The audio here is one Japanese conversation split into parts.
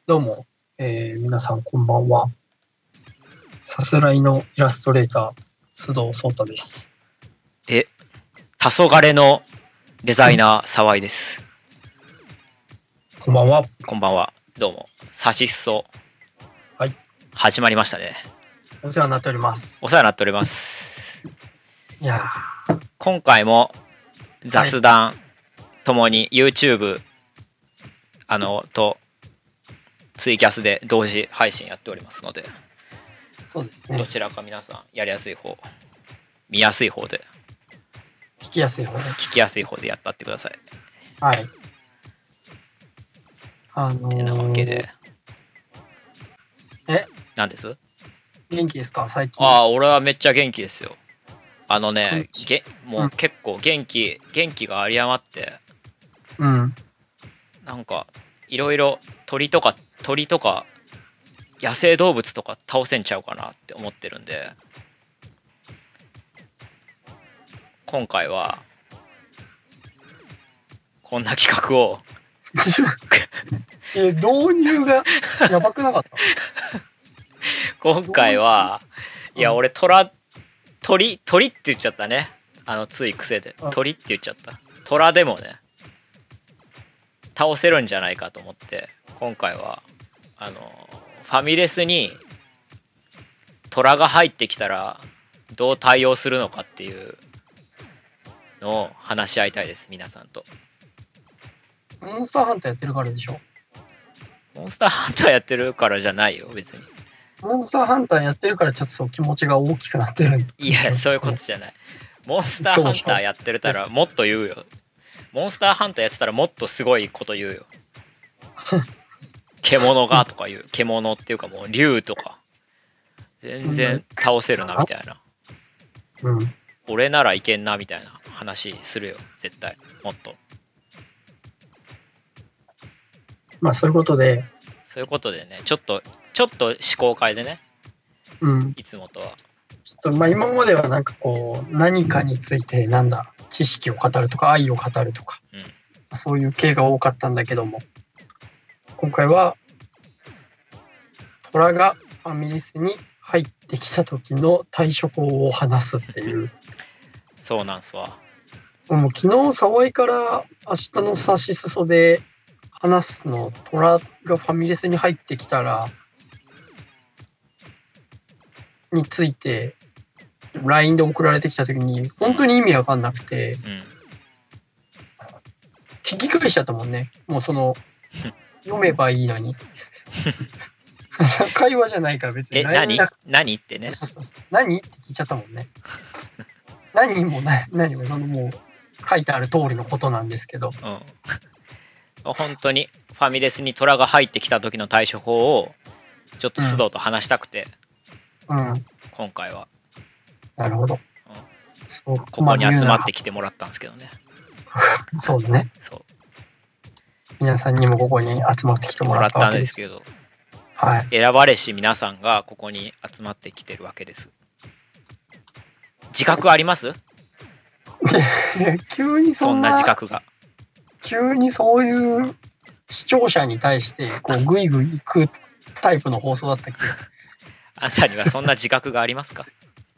どうも、皆さんこんばんは。さすらいのイラストレーター、須藤壮太です。 黄昏のデザイナー沢井です。 こんばんは。 こんばんは。どうも。さしっそ。 はい。 始まりましたね。 お世話になっております。 お世話になっております。 いや今回も雑談ともに YouTube とツイキャスで同時配信やっておりますので、 そうですね。 どちらか皆さんやりやすい方、見やすい方で、 聞きやすい方で。 聞きやすい方でやったってください。 はい。 てなわけで。何です？ 元気ですか最近？ ああ、俺はめっちゃ元気ですよ。もう結構元気が有り余って、 うん。 なんかいろいろ鳥とか野生動物とか倒せんちゃうかなって思ってるんで、今回はこんな企画を導入がやばくなかった？ 今回はいや、俺鳥って言っちゃったね。つい癖で鳥って言っちゃった。虎でもね倒せるんじゃないかと思って、今回はファミレスに虎が入ってきたらどう対応するのかっていうのを話し合いたいです、皆さんと。 モンスターハンターやってるからでしょ？ モンスターハンターやってるからじゃないよ、別に。 モンスターハンターやってるからちょっとそう気持ちが大きくなってる。 いや、そういうことじゃない。モンスターハンターやってるたらもっと言うよ。モンスターハンターやってたらもっとすごいこと言うよ。獣がとか言う。獣っていうかもう竜とか全然倒せるなみたいな。 うん。 俺ならいけんなみたいな話するよ、絶対。もっと。 まあそういうことで。 そういうことでね、ちょっと思考変えでね。 うん。 いつもとは。 ちょっとまあ今まではなんかこう何かについて知識を語るとか愛を語るとか、そういう系が多かったんだけども、今回は虎がファミレスに入ってきた時の対処法を話すっていう。 そうなんすわ。 もう昨日沢井から明日のさしすそで話すの、虎がファミレスに入ってきたらについて LINE で送られてきた時に本当に意味わかんなくて、聞き返しちゃったもんね。もう読めばいいのに。会話じゃないから別に。 何ってね。 何って聞いちゃったもんね。何ももう書いてある通りのことなんですけど。 本当にファミレスに虎が入ってきた時の対処法をちょっと須藤と話したくて、今回は。 なるほど。 ここに集まってきてもらったんですけどね。 そうだね。そう。皆さんにもここに集まってきてもらったんですけど、はい。 選ばれし皆さんがここに集まってきてるわけです。自覚あります？ 急にそんな自覚が。 急にそういう視聴者に対してこうグイグイ行くタイプの放送だったっけ？ あんたにはそんな自覚がありますか？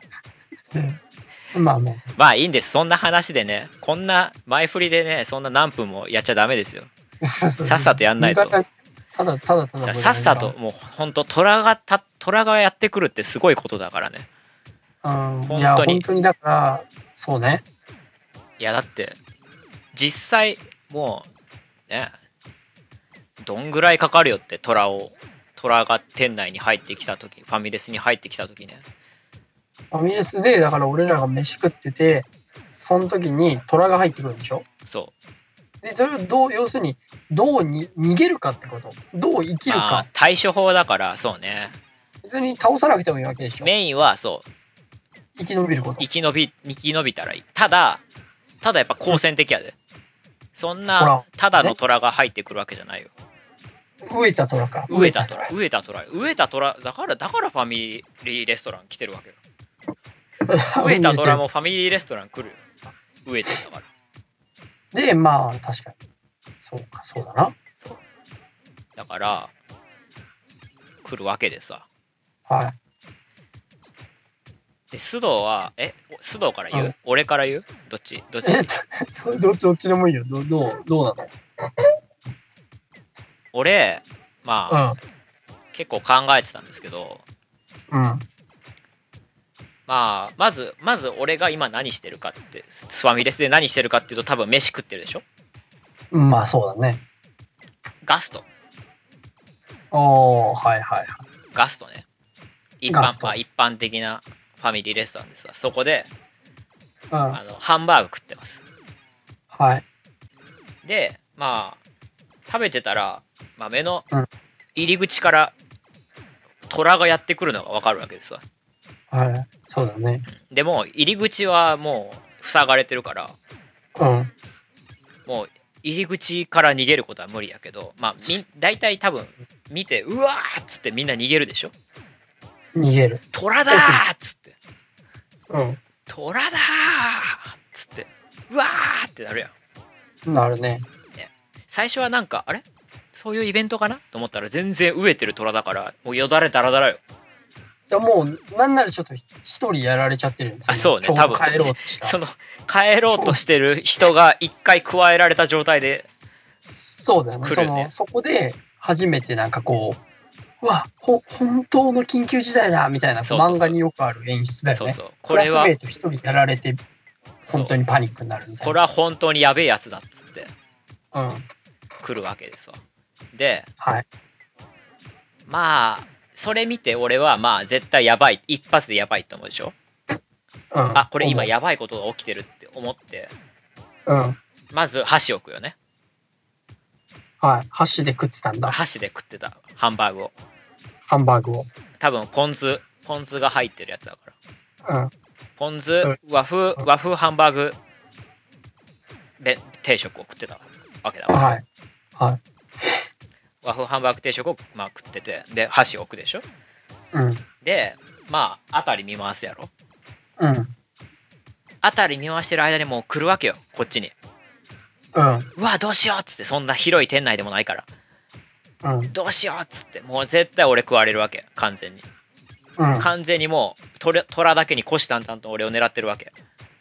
まあいいんです。そんな話でね、こんな前振りでね、そんな何分もやっちゃダメですよ。さっさとやんないと。 たださっさと、もうほんと虎がやってくるってすごいことだからね。 本当にだからそうね。 いやだって実際もうね、どんぐらいかかるよって、虎が店内に入ってきた時、ファミレスに入ってきた時ね。 ファミレスでだから俺らが飯食ってて、その時に虎が入ってくるんでしょ？ そう。 でそれを要するにどうに逃げるかってこと、どう生きるか。 対処法だから、そうね。 別に倒さなくてもいいわけでしょ。 メインはそう生き延びること。 生き延びたらいい。ただやっぱ好戦的やで。そんなただの虎が入ってくるわけじゃないよ。 飢えた虎か。 飢えた虎だからファミリーレストラン来てるわけよ。飢えた虎もファミリーレストラン来るよ。飢えてたから。 でまあ確かにそうだな。 そうだから来るわけでさ。 はい。 で須藤は須藤から言う、俺から言う、どっちどっちでもいいよ。どうなの？ 俺まあ、結構考えてたんですけど、まあまず俺が今何してるかって、ファミレスで何してるかっていうと、多分飯食ってるでしょ。 まあそうだね。 ガスト。 はいはいはい。 ガストね。一般的なファミリーレストランですが、そこで、ハンバーグ食ってます。 はい。 でまあ食べてたら、目の入り口から虎がやってくるのが分かるわけですわ。 はい、そうだね。 でも入り口はもう塞がれてるから、もう入り口から逃げることは無理やけど、大体多分見てうわーっつってみんな逃げるでしょ。 逃げる。 虎だーっつって、虎だーっつってうわーってなるやん。 なるね。 最初はなんかあれそういうイベントかなと思ったら、全然飢えてる虎だから、もうよだれだらだらよ。 いやもうなんならちょっと一人やられちゃってるんですよ。 そうね、多分帰ろうとしたその帰ろうとしてる人が一回加えられた状態で、 そうだよね。そこで初めてなんかこう、うわ本当の緊急事態だみたいな、漫画によくある演出だよね。これはクラスメート一人やられて本当にパニックになるみたいな。 これは本当にやべえやつだっつって来るわけですわ。で、まあそれ見て俺は絶対やばい、一発でやばいと思うでしょ。これ今やばいことが起きてるって思って、まず箸置くよね。 箸で食ってたんだ。 箸で食ってたハンバーグを。多分ポン酢が入ってるやつだから、ポン酢和風ハンバーグ定食を食ってたわけだから、和風ハンバーグ定食を食ってて、で箸置くでしょ。で辺り見回すやろ。辺り見回してる間にもう来るわけよ、こっちに。うわどうしようっつって、そんな広い店内でもないから、どうしようっつって、もう絶対俺食われるわけ、完全に。完全にもう虎だけに虎視眈々と俺を狙ってるわけ。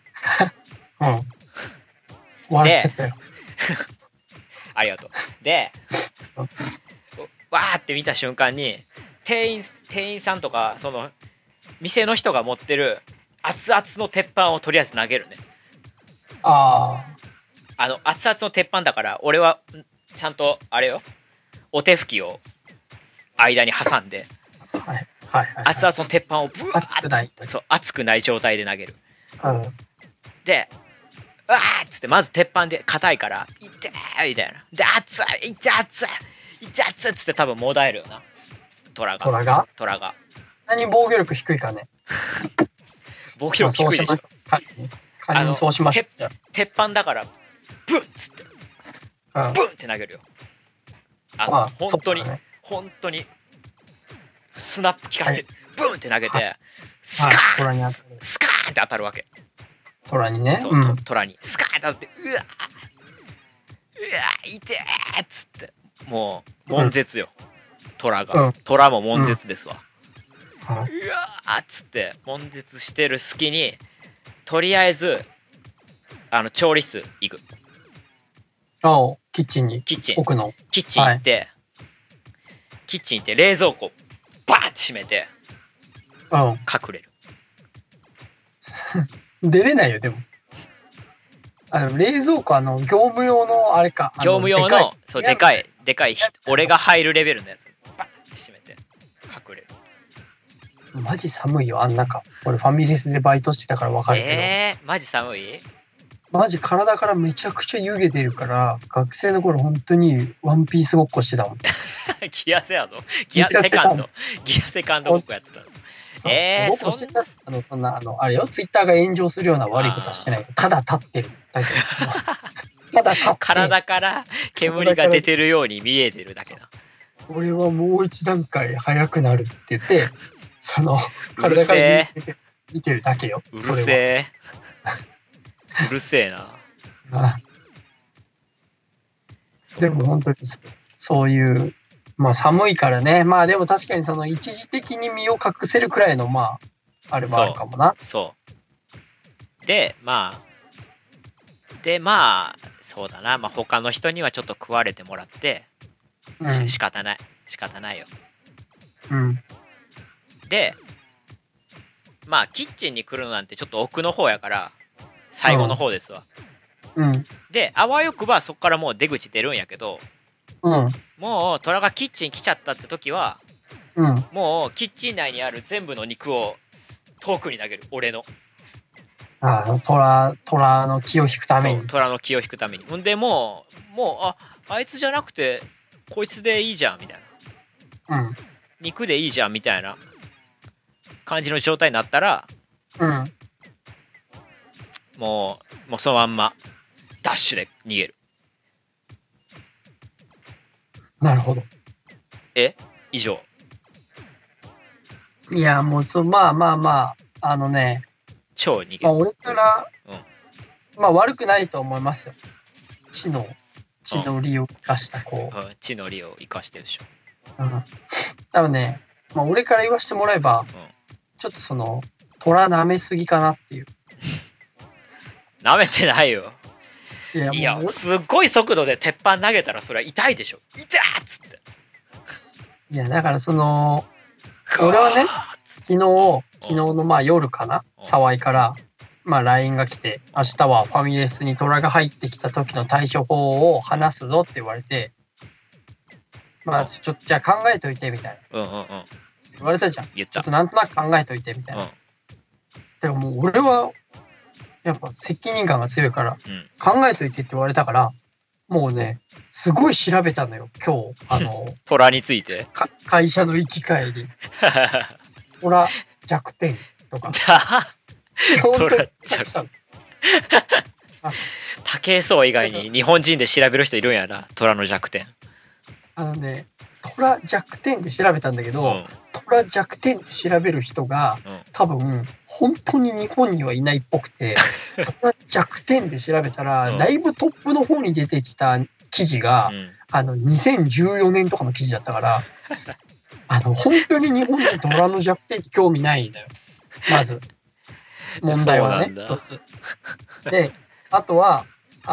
笑っちゃったよ。 ありがとう。でわーって見た瞬間に、店員さんとかその店の人が持ってる熱々の鉄板をとりあえず投げるね。熱々の鉄板だから、俺はちゃんとあれよ、お手拭きを間に挟んで、熱々の鉄板をブワーッ、そう熱くない状態で投げる。でわーっつって、まず鉄板で硬いから「いってー」みたいな。で「熱い、いって熱い、いって熱い」っつって多分もだえるよな、虎が。 何防御力低いかね。 防御力低いでしょ。 仮にそうしました。 鉄板だからブンっつってブンって投げるよ。本当にスナップ効かせてブンって投げて、スカーンって当たるわけ。 虎にね。 虎にスカーンって当たって、うわ痛えっつって、もう悶絶よ、虎も悶絶ですわ。うわっつって悶絶してる隙に、とりあえず調理室行く。 キッチン奥のキッチン行って、冷蔵庫バーンって閉めて隠れる。 出れないよ。でも冷蔵庫業務用のあれか、 業務用のそうでかい俺が入るレベルのやつバーンって閉めて隠れる。 マジ寒いよ、あん中。俺ファミレスでバイトしてたから分かるけど。 マジ寒い？ マジ体からめちゃくちゃ湯気出るから、学生の頃本当にワンピースごっこしてたもん。 ギアセカンドごっこやってたの。 ごっこしてた。そんなあれよ、ツイッターが炎上するような悪いことはしてない。ただ立ってるだけですただ立って体から煙が出てるように見えてるだけだ。 俺はもう一段階早くなるって言って体から見てるだけよ。 うるせえうるせえな。 でも本当にそういうまあ寒いからね。まあでも確かにその一時的に身を隠せるくらいのまああれもあるかもな。 そうでまあそうだな、まあ他の人にはちょっと食われてもらって、仕方ないよ。でまあキッチンに来るのなんてちょっと奥の方やから最後の方ですわ。であわよくばそこからもう出口出るんやけど、もう虎がキッチン来ちゃったって時は、もうキッチン内にある全部の肉を遠くに投げる、俺の。 虎の気を引くために。 虎の気を引くために。ほんでもうあいつじゃなくてこいつでいいじゃんみたいな、肉でいいじゃんみたいな感じの状態になったら、もうそのまんまダッシュで逃げる。 なるほど。 以上。 いやもうまあ超逃げる。 まあ俺から、まあ悪くないと思いますよ。知の利を生かした知の利を生かしてるでしょ。 多分ね、まあ俺から言わせてもらえば、ちょっとその虎舐めすぎかなっていう。 舐めてないよ。いやすっごい速度で鉄板投げたらそれは痛いでしょ。痛っつって。 いやだからその俺はね昨日のまあ夜かな、沢井からまあ LINE が来て、明日はファミレスに虎が入ってきた時の対処法を話すぞって言われて、まあちょっとじゃあ考えといてみたいな、言われたじゃん。ちょっとなんとなく考えといてみたいな。でももう俺はやっぱ責任感が強いから、考えといてって言われたから、もうねすごい調べたのよ今日。 虎について会社の行き帰り虎弱点とか虎弱点。武井壮以外に日本人で調べる人いるんやな、虎の弱点。 虎弱点で調べたんだけど、虎弱点って調べる人が、多分本当に日本にはいないっぽくて、虎弱点で調べたら、だいぶトップの方に出てきた記事が、2014年とかの記事だったから、本当に日本人虎の弱点に興味ないんだよ。まず問題はね一つ。であとは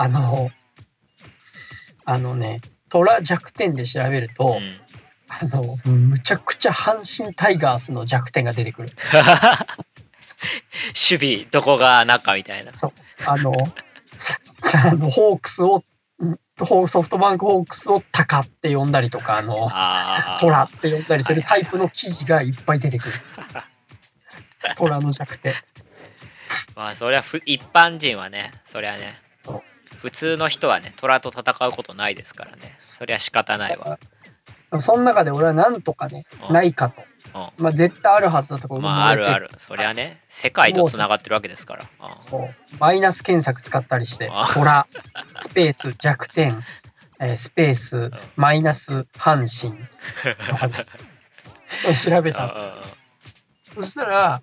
虎弱点で調べると、むちゃくちゃ阪神タイガースの弱点が出てくる。 守備どこが中みたいな。 そうホークスをソフトバンクホークスをタカって呼んだりとかトラって呼んだりするタイプの記事がいっぱい出てくる。トラの弱点。 まあそりゃ一般人はね、そりゃね、普通の人はねトラと戦うことないですからね。そりゃ仕方ないわ。 その中で俺はなんとかね、ないかと。まあ絶対あるはずだとか思って。 まあある。そりゃね、世界とつながってるわけですから。 そうマイナス検索使ったりしてトラスペース弱点スペースマイナス阪神とか調べた。そしたら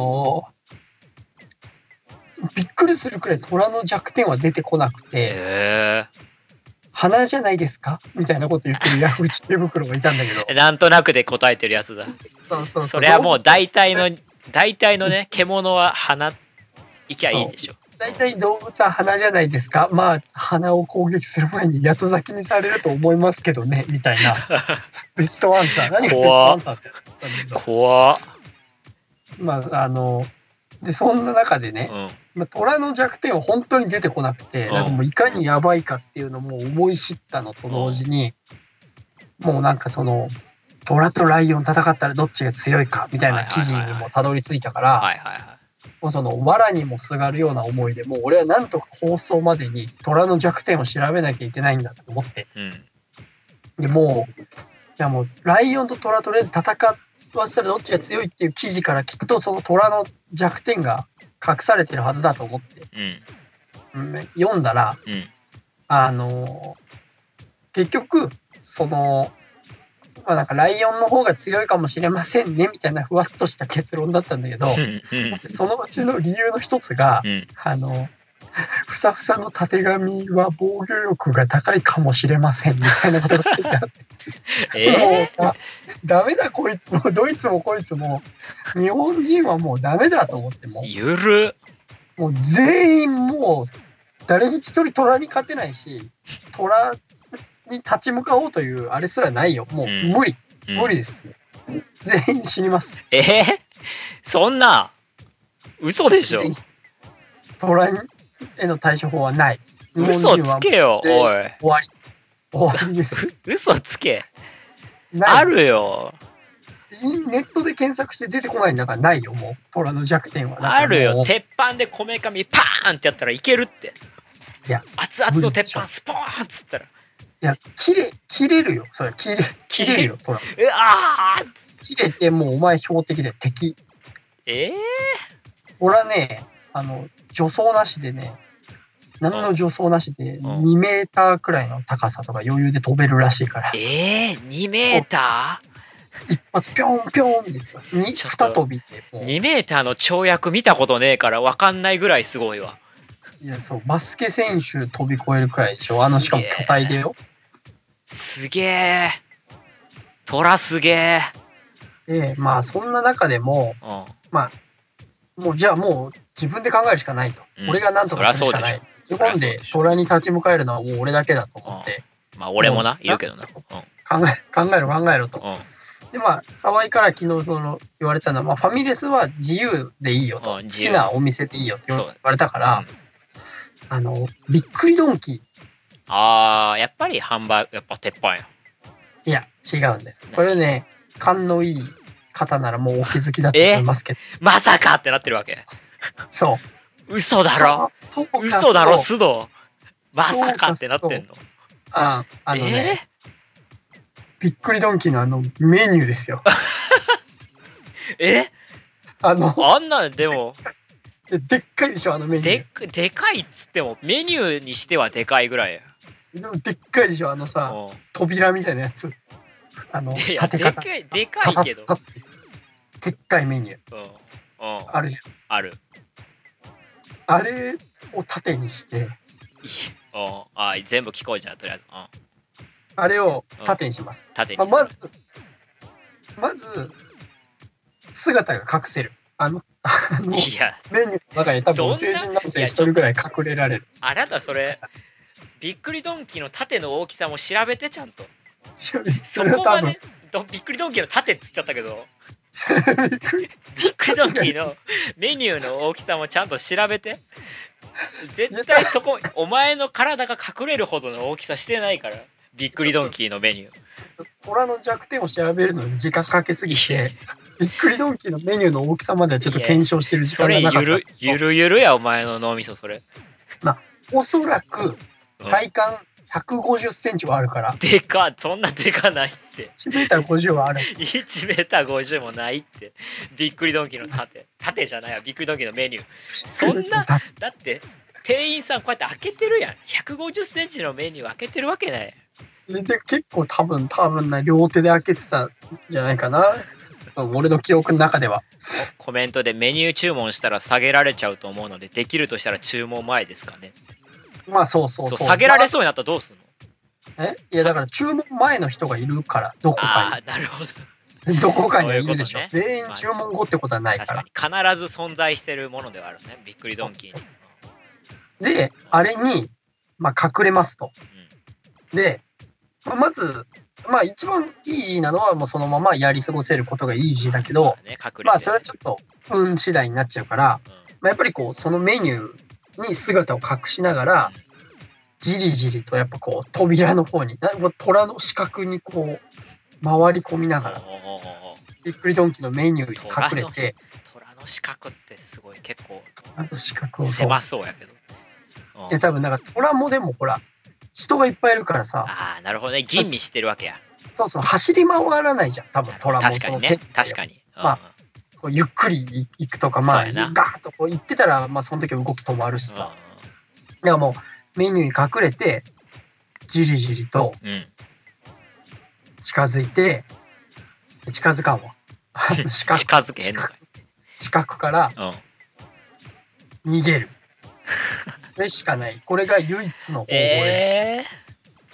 びっくりするくらい虎の弱点は出てこなくて、鼻じゃないですかみたいなこと言ってるヤフー知恵袋がいたんだけど、 なんとなくで答えてるやつだ。それはもう大体のね獣は鼻いきゃいいでしょ。 大体動物は鼻じゃないですか。まあ鼻を攻撃する前に八つ咲きにされると思いますけどねみたいなベストアンサー。何がベストアンサーって怖っ。 まあでそんな中でね、虎の弱点は本当に出てこなくて、なんかもういかにやばいかっていうのも思い知ったのと同時に、もうなんかその虎とライオン戦ったらどっちが強いかみたいな記事にもたどり着いたから、もうその藁にもすがるような思いで、もう俺はなんとか放送までに虎の弱点を調べなきゃいけないんだと思って、でもうじゃあもうライオンと虎とりあえず戦わせたらどっちが強いっていう記事からきっとその虎の弱点が隠されてるはずだと思って、読んだら、結局そのまあなんかライオンの方が強いかもしれませんねみたいなふわっとした結論だったんだけど、そのうちの理由の一つが、 ふさふさのたてがみは防御力が高いかもしれませんみたいなことが書いてあって、もうダメだこいつも、ドイツもこいつも日本人はもうダメだと思って、もう全員もう誰一人虎に勝てないし、虎に立ち向かおうというあれすらないよ。もう無理、無理です。全員死にます。 そんな嘘でしょ。 虎への対処法はない。 嘘つけよ、おい。 終わりです。 嘘つけ。あるよ。 ネットで検索して出てこないんだからないよ、もう。虎の弱点は。 あるよ。鉄板でこめかみパーンってやったらいけるって。 いや、 熱々の鉄板スポーンっつったら。 いや、切れるよ。それ切れるよ、虎。切れてもうお前標的で敵。虎ね、助走なしでね、何の助走なしで2メーターくらいの高さとか余裕で飛べるらしいから。 2メーター？一発ぴょんぴょんですよ。二飛びでもう。 2メーターの跳躍見たことねえから分かんないぐらいすごいわ。 いや、そう、バスケ選手飛び越えるくらいでしょ。しかも巨体でよ。 すげえ。虎すげえ。まあ、そんな中でも、まあ、もうじゃあもう自分で考えるしかないと。俺が何とかするしかない。日本で虎に立ち向かえるのはもう俺だけだと思って。 まあ、俺もいるけどな。 考えろと。で、まあ、沢井から昨日言われたのは、まあ、ファミレスは自由でいいよと。好きなお店でいいよって言われたから、びっくりドンキー。やっぱりやっぱ鉄板や。 いや、違うんだよ。これね、勘のいい方ならもうお気づきだと思いますけど。 まさかってなってるわけ。 そう。 嘘だろ須藤。まさかってなってんの。 びっくりドンキーのメニューですよ。 あんなでもでっかいでしょ、メニュー。でかいっつってもメニューにしてはでかいぐらいや。 でもでっかいでしょ、扉みたいなやつ。縦方。 でかいけど。 でっかいメニュー。あるじゃん。 ある。 あれを縦にして。 全部聞こえちゃう、とりあえず。 あれを縦にします。まず、姿が隠せる。メニューの中に多分成人男性一人ぐらい隠れられる。 あなたそれ、びっくりドンキーの縦の大きさも調べてちゃんと。そこまでびっくりドンキーの縦っつっちゃったけどびっくりドンキーのメニューの大きさもちゃんと調べて。絶対そこお前の体が隠れるほどの大きさしてないから。びっくりドンキーのメニュー。 虎の弱点を調べるのに時間かけすぎてびっくりドンキーのメニューの大きさまではちょっと検証してる時間がなかった。それゆるやお前の脳みそそれ。 まあおそらく体感150センチはあるから。 でか、そんなでかないって。 1メーター50はある。 1メーター50もないって。びっくりドンキーの縦じゃないわ。びっくりドンキーのメニュー。そんな、だって店員さんこうやって開けてるやん。150センチのメニュー開けてるわけない。 で結構多分な両手で開けてたんじゃないかな。俺の記憶の中では。 コメントでメニュー注文したら下げられちゃうと思うので、できるとしたら注文前ですかね。 まあそう下げられそうになったらどうすんの？ いやだから注文前の人がいるからどこかに。 なるほど。どこかにいるでしょ。ね、全員注文後ってことはないから。 確かに必ず存在してるものではあるね。びっくりドンキーに。 で、あれに、まあ、隠れますと。で、まず、まあ一番イージーなのはもうそのままやり過ごせることがイージーだけど、まあそれはちょっと運次第になっちゃうから、まあ、やっぱりこうそのメニューに姿を隠しながら、じりじりとやっぱこう扉の方に、虎の四角にこう回り込みながら、びっくりドンキーのメニューに隠れて、 虎の四角ってすごい結構四角を狭そうやけど。 いや多分なんか虎もでもほら、人がいっぱいいるからさ。 なるほどね。吟味してるわけや。 そうそう、走り回らないじゃん、多分虎も。 確かにね。確かに。 まあ、こうゆっくり行くとか、まあ、ガーッとこう行ってたら、まあ、その時は動き止まるしさ。だからもう、メニューに隠れて、じりじりと、近づいて、近づかんわ。 近づけへんのかい。 近くから、逃げる。 これしかない。これが唯一の方法です。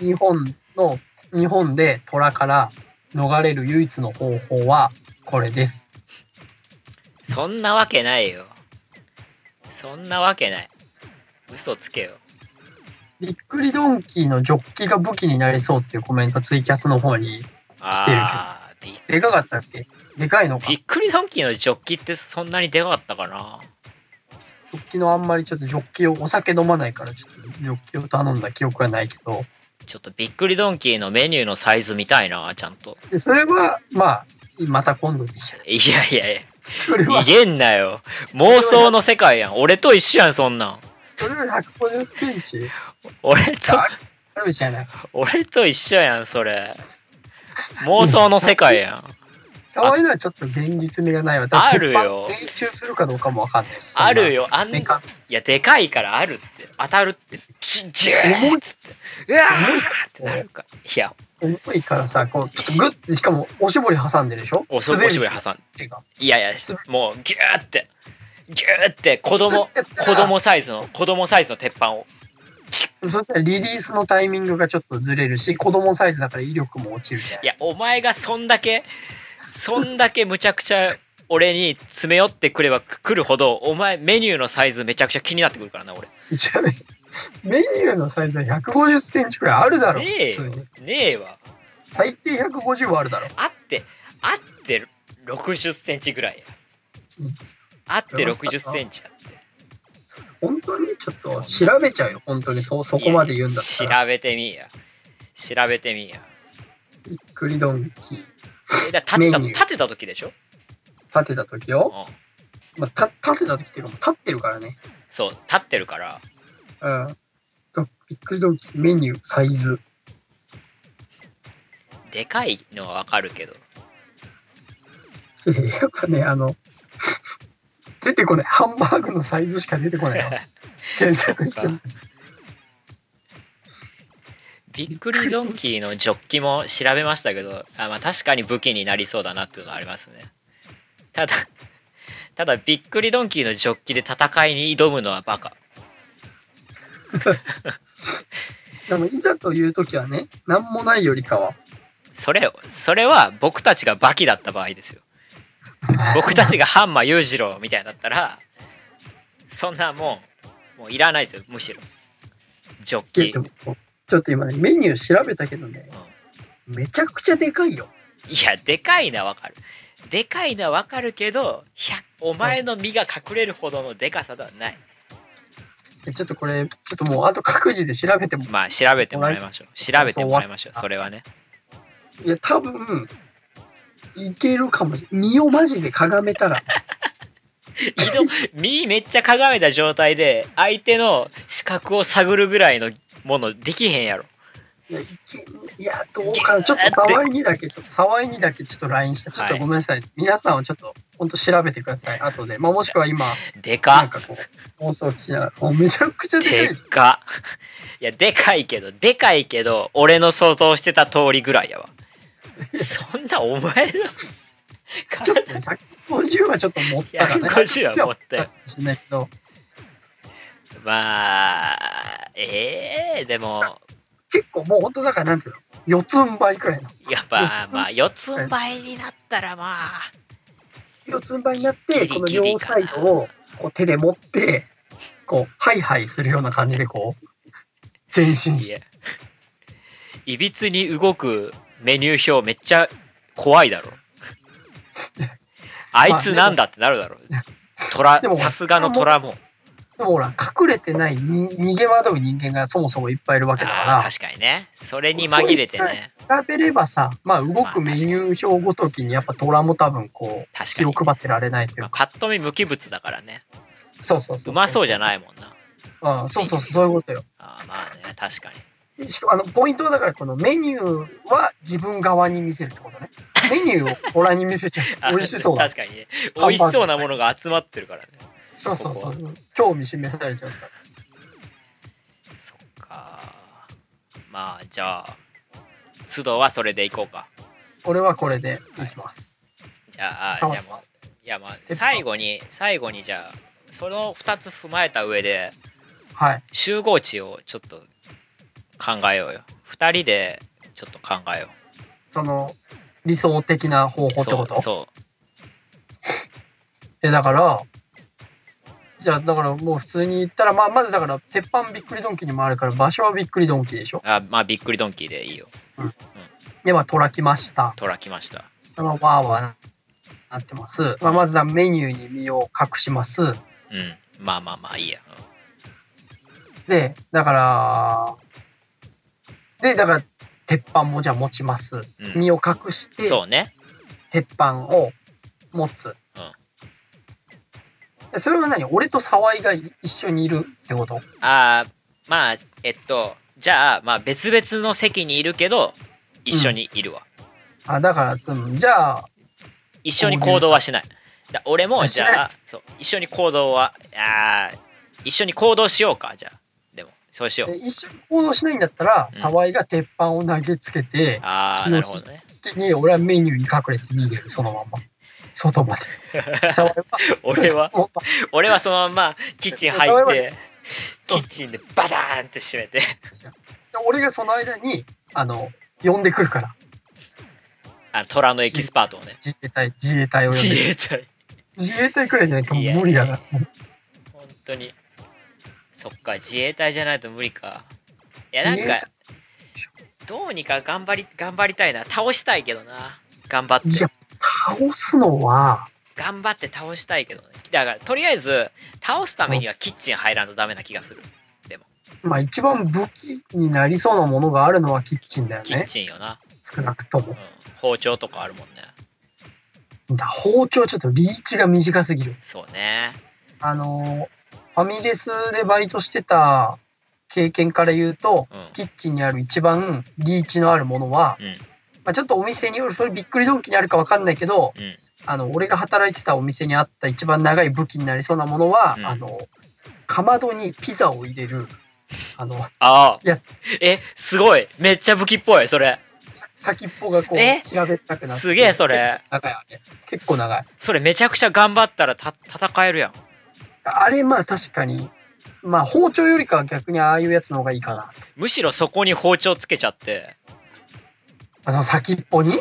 日本で虎から逃れる唯一の方法はこれです。 そんなわけないよ。そんなわけない。嘘つけよ。 びっくりドンキーのジョッキが武器になりそうっていうコメントツイキャスの方に来てるけど。でかかったっけ？でかいのか。 びっくりドンキーのジョッキってそんなにでかかったかな。 ジョッキのあんまりちょっとジョッキをお酒飲まないからちょっとジョッキを頼んだ記憶はないけど。 ちょっとびっくりドンキーのメニューのサイズ見たいな、ちゃんと。 それはまあまた今度でいいじゃない。 いや逃げんなよ。妄想の世界やん。俺と一緒やん、そんなん。 それは150センチ俺とあるじゃない。 俺と一緒やん、それ。妄想の世界やん。 そういうのはちょっと現実味がないわ。 あるよ。 命中するかどうかもわかんないし。 あるよ。いや、でかいからあるって。当たるって。ジューっつって。うわーってなるか。いや。 重いからさ、こう、ちょっとグッて、しかもおしぼり挟んでるでしょ？おしぼり挟んで。いや、もうギューって子供サイズの鉄板を。 そしたらリリースのタイミングがちょっとずれるし、子供サイズだから威力も落ちるじゃん。 いや、お前がそんだけむちゃくちゃ俺に詰め寄ってくれば来るほど、お前メニューのサイズめちゃくちゃ気になってくるからな、俺。 メニューのサイズは150センチくらいあるだろ。 ねえわ。 最低150はあるだろ。 あって60センチぐらいや。あって60センチやって。 本当にちょっと調べちゃうよ。本当にそこまで言うんだったら。 調べてみいや。 びっくりドンキー。 立てた時でしょ？ 立てた時よ。まあ、立てた時っていうか、立ってるからね。 そう、立ってるから。 うん。びっくりドンキー、メニュー、サイズ。 でかいのはわかるけど。 やっぱね、出てこない。ハンバーグのサイズしか出てこないよ。検索しても。 びっくりドンキーのジョッキも調べましたけど、まあ確かに武器になりそうだなっていうのがありますね。ただびっくりドンキーのジョッキで戦いに挑むのはバカ。 でもいざという時はね、なんもないよりかは。 それは僕たちがバキだった場合ですよ。僕たちがハンマー裕次郎みたいだったら、そんなもういらないですよ、むしろ。ジョッキ。 ちょっと今ね、メニュー調べたけどね、めちゃくちゃでかいよ。 いや、でかいのはわかる。でかいのはわかるけど、お前の身が隠れるほどのでかさではない。 ちょっとこれ、ちょっともうあと各自で調べても。 まあ、調べてもらいましょう。それはね。 いや、多分、いけるかもしれない。身をマジでかがめたら。 身めっちゃかがめた状態で、相手の視覚を探るぐらいのものできへんやろ。 いやどうかな。ちょっと沢井にだけちょっと LINE した。ちょっとごめんなさい。皆さんはちょっと本当調べてください。後で。まあもしくは今。 でかなんかこう、放送しながら。めちゃくちゃでかい。 でか。いや、でかいけど、俺の想像してた通りぐらいやわ。そんなお前の。 ちょっと150はちょっと持ったらね。 150は持ったよ。まあ、でも。 結構もう本当だからなんていうの四つん這いくらいの。 やっぱまあ四つん這いになったらまあ。 四つん這いになってこの両サイドをこう手で持ってこうハイハイするような感じでこう前進して。 いびつに動くメニュー表めっちゃ怖いだろ。あいつなんだってなるだろ。さすがの虎も。 でもほら隠れてない逃げ惑う人間がそもそもいっぱいいるわけだから確かにね。それに紛れてね比べればさ、まあ動くメニュー表ごときにやっぱ虎も多分こう気を配ってられないというか、 パッと見無機物だからね。 そううまそうじゃないもんな。そういうことよ。 まあね、確かに。しかもポイントはだからこのメニューは自分側に見せるってことね。メニューを虎に見せちゃう。美味しそうだ。 確かにね。美味しそうなものが集まってるからね。 そう。興味示されちゃうから。 そっか。まあじゃあ須藤はそれでいこうか。 俺はこれでいきます。 じゃあ最後にじゃあその2つ踏まえた上で、 はい。 集合値をちょっと考えようよ。2人でちょっと考えよう。 その理想的な方法ってこと？ そう。 だからじゃあだからもう普通に言ったらまずだから鉄板びっくりドンキーにもあるから場所はびっくりドンキーでしょ。 まあびっくりドンキーでいいよ。 でトラ来ました。 トラ来ました。 わーわーなってます。まずはメニューに身を隠します。 まあいいや。 でだから鉄板もじゃあ持ちます。身を隠して。 そうね。 鉄板を持つ。それは何？俺と沢井が一緒にいるってこと？ まあじゃあ別々の席にいるけど一緒にいるわ。 だからじゃあ一緒に行動はしない。俺もじゃあ一緒に行動は一緒に行動しようか。じゃあでもそうしよう。 一緒に行動しないんだったら沢井が鉄板を投げつけて、 なるほどね。 に俺はメニューに隠れて逃げる、そのまま外まで。 俺はそのままキッチン入ってキッチンでバターンって閉めて俺がその間に呼んでくるから、 虎のエキスパートをね、 自衛隊を呼んで、自衛隊くらいじゃないと無理だな。 本当にそっか、自衛隊じゃないと無理か。いやなんかどうにか頑張りたいな。倒したいけどな、頑張って。いや倒すのは頑張って倒したいけどね。だからとりあえず倒すためにはキッチン入らんとダメな気がする。でも一番武器になりそうなものがあるのはキッチンだよね。 キッチンよな、 少なくとも。 包丁とかあるもんね。 包丁ちょっとリーチが短すぎる。 そうね。 ファミレスでバイトしてた経験から言うと、キッチンにある一番リーチのあるものは、ちょっとお店による、それびっくりドンキにあるか分かんないけど、俺が働いてたお店にあった一番長い武器になりそうなものは、かまどにピザを入れるやつ。 すごい、めっちゃ武器っぽい。それ先っぽがこう平べったくなって、 すげえ。それ長い。結構長い。 それめちゃくちゃ頑張ったら戦えるやん。 あれ確かに包丁よりかは逆にああいうやつの方がいいかな。 むしろそこに包丁つけちゃって、 その先っぽに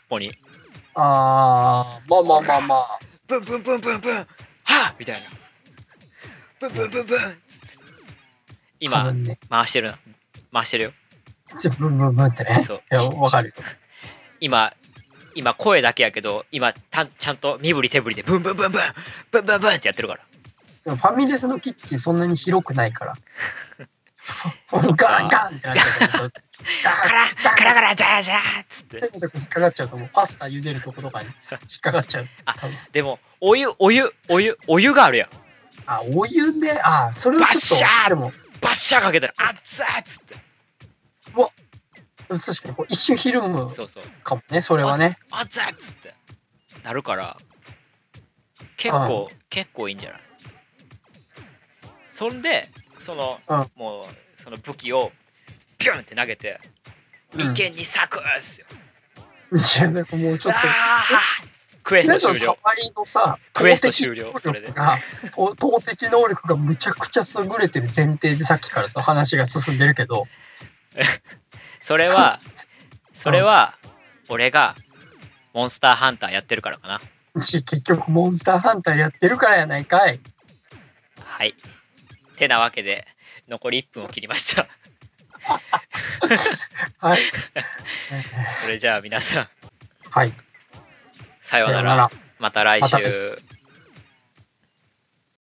まあブンブンブンブンブンはあみたいな、ブンブンブンブン今、回してるよ。 ブンブンブンってね。そう、いや分かるよ。 今声だけやけど、今ちゃんと身振り手振りでブンブンブンブンブンブンブンってやってるから。 でもファミレスのキッチンそんなに広くないからガランガンってなっちゃうと、 ガラガラジャージャーっつって引っかかっちゃうと、もうパスタ茹でるとことかに引っかかっちゃう。 でもお湯があるやん。 お湯でそれはちょっとバッシャーかけたら熱っつって、 うわ確かに一瞬ひるむかもね。それはね、 熱っつってなるから結構いいんじゃない。そんでもうその武器をピュンって投げて眉間に咲くっすよ。 いやなんかもうちょっとクエスト終了。クエスト終了。それで投擲能力がむちゃくちゃ優れてる前提でさっきから話が進んでるけどそれは俺がモンスターハンターやってるからかな。 結局モンスターハンターやってるからやないかい。 はい、てなわけで残り1分を切りましたはいそれじゃあ皆さん、 はい、 さようなら。また来週。